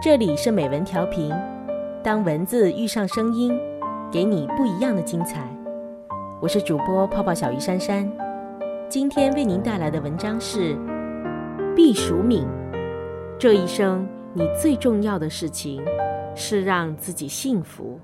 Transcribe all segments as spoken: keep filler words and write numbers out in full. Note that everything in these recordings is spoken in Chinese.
这里是美文调频，当文字遇上声音，给你不一样的精彩。我是主播泡泡小鱼珊珊，今天为您带来的文章是毕淑敏。这一生你最重要的事情是让自己幸福。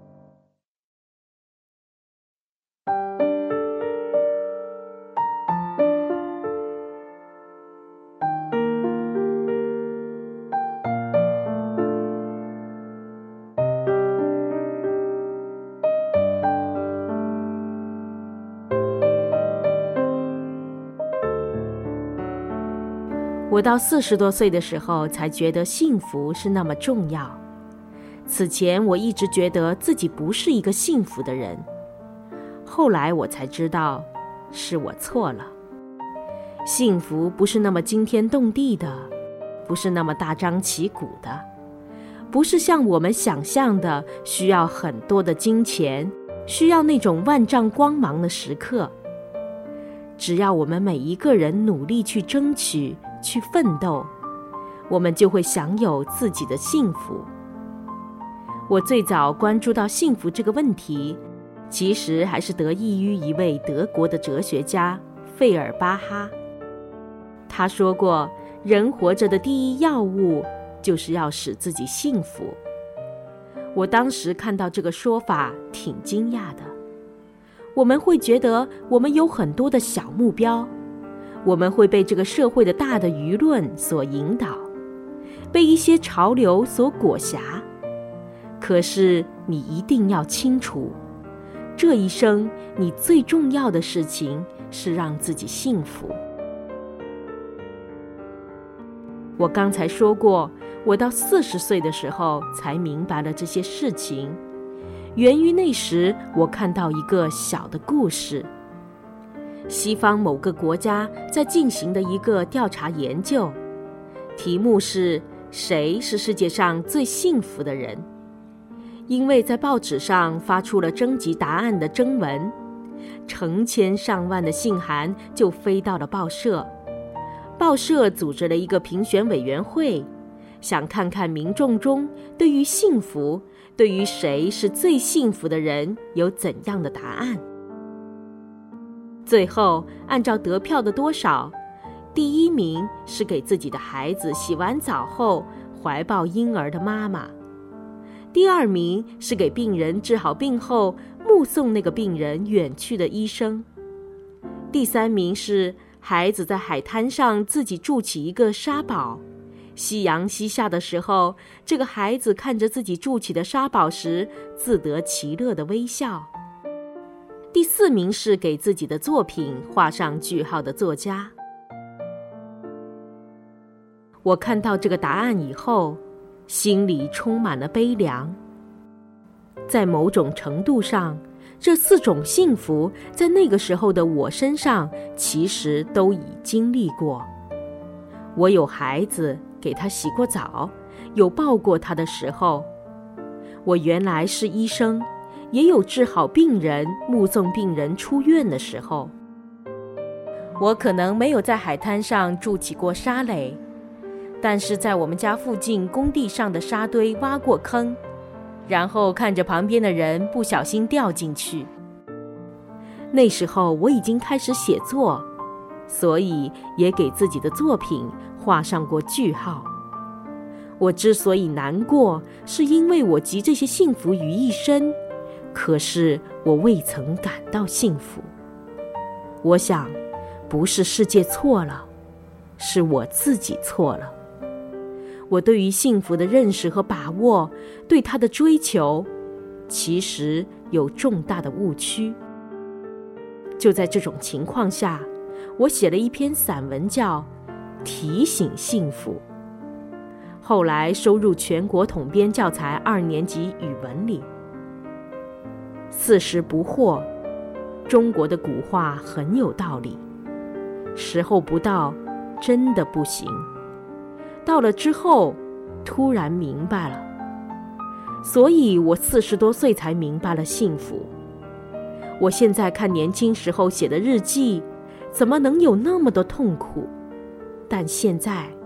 我到四十多岁的时候才觉得幸福是那么重要。此前我一直觉得自己不是一个幸福的人，后来我才知道是我错了。幸福不是那么惊天动地的，不是那么大张旗鼓的，不是像我们想象的需要很多的金钱，需要那种万丈光芒的时刻。只要我们每一个人努力去争取去奋斗，我们就会享有自己的幸福。我最早关注到幸福这个问题，其实还是得益于一位德国的哲学家费尔巴哈。他说过，人活着的第一要务就是要使自己幸福。我当时看到这个说法挺惊讶的。我们会觉得我们有很多的小目标，我们会被这个社会的大的舆论所引导，被一些潮流所裹挟。可是你一定要清楚，这一生你最重要的事情是让自己幸福。我刚才说过，我到四十岁的时候才明白了这些事情，源于那时我看到一个小的故事。西方某个国家在进行的一个调查研究，题目是谁是世界上最幸福的人。因为在报纸上发出了征集答案的征文，成千上万的信函就飞到了报社。报社组织了一个评选委员会，想看看民众中对于幸福，对于谁是最幸福的人有怎样的答案。最后按照得票的多少，第一名是给自己的孩子洗完澡后怀抱婴儿的妈妈，第二名是给病人治好病后目送那个病人远去的医生，第三名是孩子在海滩上自己筑起一个沙堡，夕阳西下的时候，这个孩子看着自己筑起的沙堡时自得其乐的微笑。第四名是给自己的作品画上句号的作家。我看到这个答案以后，心里充满了悲凉。在某种程度上，这四种幸福在那个时候的我身上其实都已经历过。我有孩子，给他洗过澡，有抱过他的时候。我原来是医生，也有治好病人，目送病人出院的时候。我可能没有在海滩上筑起过沙垒，但是在我们家附近工地上的沙堆挖过坑，然后看着旁边的人不小心掉进去。那时候我已经开始写作，所以也给自己的作品画上过句号。我之所以难过，是因为我集这些幸福于一身，可是我未曾感到幸福。我想，不是世界错了，是我自己错了。我对于幸福的认识和把握，对它的追求，其实有重大的误区。就在这种情况下，我写了一篇散文叫《提醒幸福》，后来收入全国统编教材二年级语文里。四十不惑，中国的古话很有道理，时候不到，真的不行。到了之后，突然明白了。所以我四十多岁才明白了幸福。我现在看年轻时候写的日记，怎么能有那么多痛苦？但现在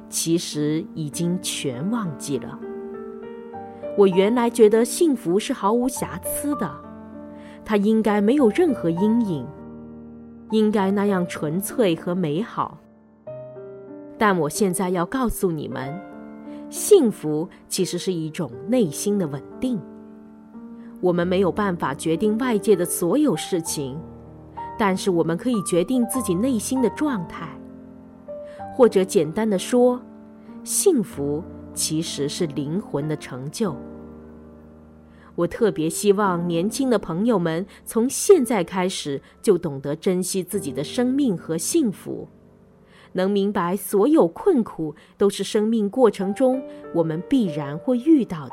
其实已经全忘记了。我原来觉得幸福是毫无瑕疵的，它应该没有任何阴影，应该那样纯粹和美好。但我现在要告诉你们，幸福其实是一种内心的稳定。我们没有办法决定外界的所有事情，但是我们可以决定自己内心的状态。或者简单的说，幸福其实是灵魂的成就。我特别希望年轻的朋友们从现在开始就懂得珍惜自己的生命和幸福，能明白所有困苦都是生命过程中我们必然会遇到的。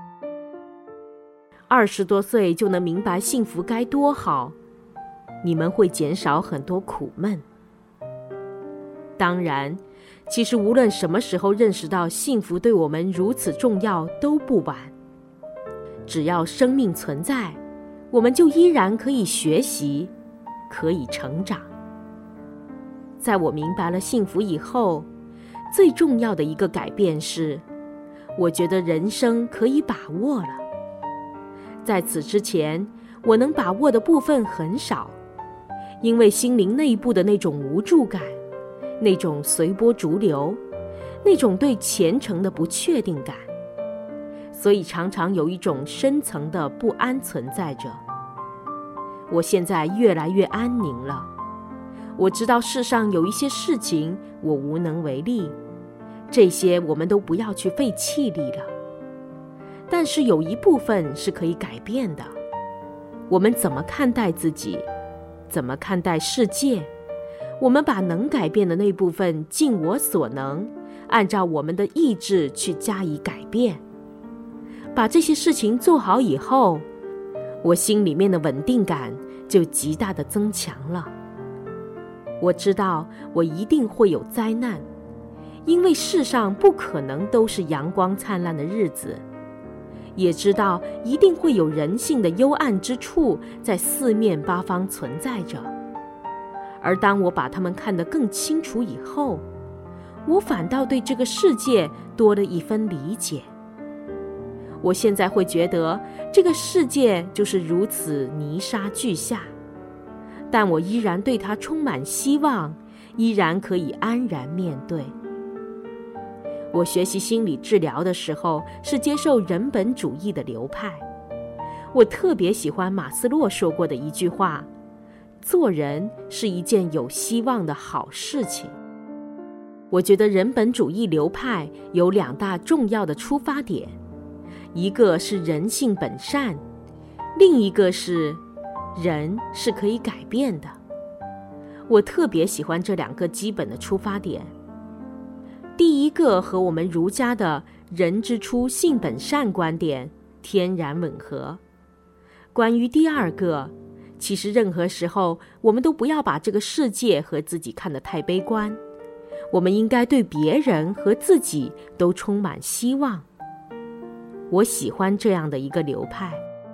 二十多岁就能明白幸福该多好，你们会减少很多苦闷。当然，其实无论什么时候认识到幸福对我们如此重要都不晚。只要生命存在，我们就依然可以学习，可以成长。在我明白了幸福以后，最重要的一个改变是，我觉得人生可以把握了。在此之前，我能把握的部分很少，因为心灵内部的那种无助感，那种随波逐流，那种对前程的不确定感，所以常常有一种深层的不安存在着。我现在越来越安宁了，我知道世上有一些事情我无能为力，这些我们都不要去费气力了。但是有一部分是可以改变的，我们怎么看待自己，怎么看待世界，我们把能改变的那部分尽我所能，按照我们的意志去加以改变。把这些事情做好以后，我心里面的稳定感就极大的增强了。我知道我一定会有灾难，因为世上不可能都是阳光灿烂的日子，也知道一定会有人性的幽暗之处在四面八方存在着。而当我把它们看得更清楚以后，我反倒对这个世界多了一分理解。我现在会觉得这个世界就是如此泥沙俱下，但我依然对它充满希望，依然可以安然面对。我学习心理治疗的时候是接受人本主义的流派，我特别喜欢马斯洛说过的一句话：做人是一件有希望的好事情。我觉得人本主义流派有两大重要的出发点，一个是人性本善，另一个是人是可以改变的。我特别喜欢这两个基本的出发点。第一个和我们儒家的人之初性本善观点天然吻合。关于第二个，其实任何时候我们都不要把这个世界和自己看得太悲观，我们应该对别人和自己都充满希望。我喜欢这样的一个流派。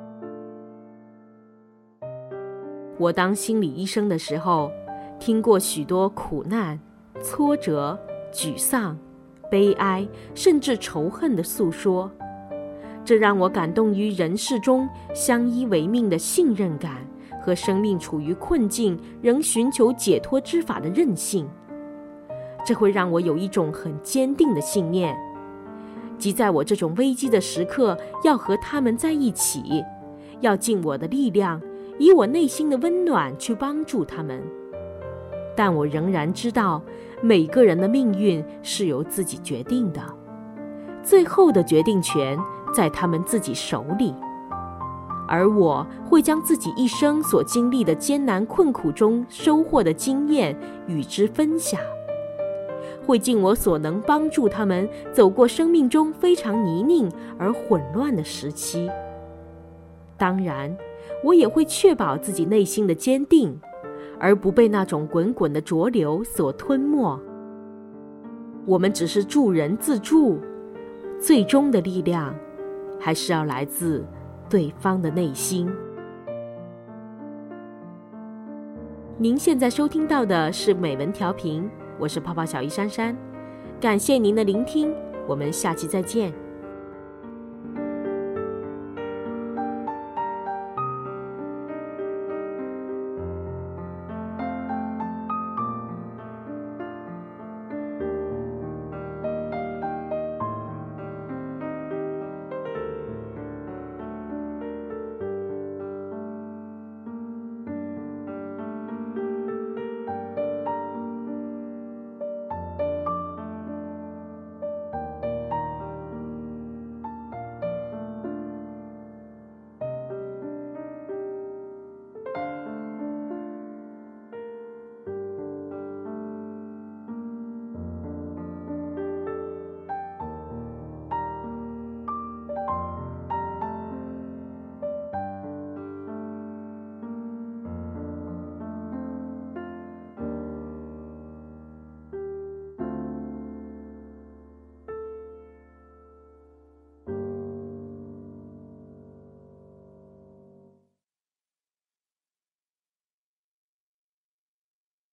我当心理医生的时候，听过许多苦难、挫折、沮丧、悲哀，甚至仇恨的诉说，这让我感动于人世中相依为命的信任感和生命处于困境仍寻求解脱之法的韧性。这会让我有一种很坚定的信念，即在我这种危机的时刻要和他们在一起，要尽我的力量，以我内心的温暖去帮助他们。但我仍然知道每个人的命运是由自己决定的，最后的决定权在他们自己手里。而我会将自己一生所经历的艰难困苦中收获的经验与之分享，会尽我所能帮助他们走过生命中非常泥泞而混乱的时期。当然，我也会确保自己内心的坚定，而不被那种滚滚的浊流所吞没。我们只是助人自助，最终的力量还是要来自对方的内心。您现在收听到的是美文调频，我是泡泡小姨珊珊。 感谢您的聆听，我们下期再见。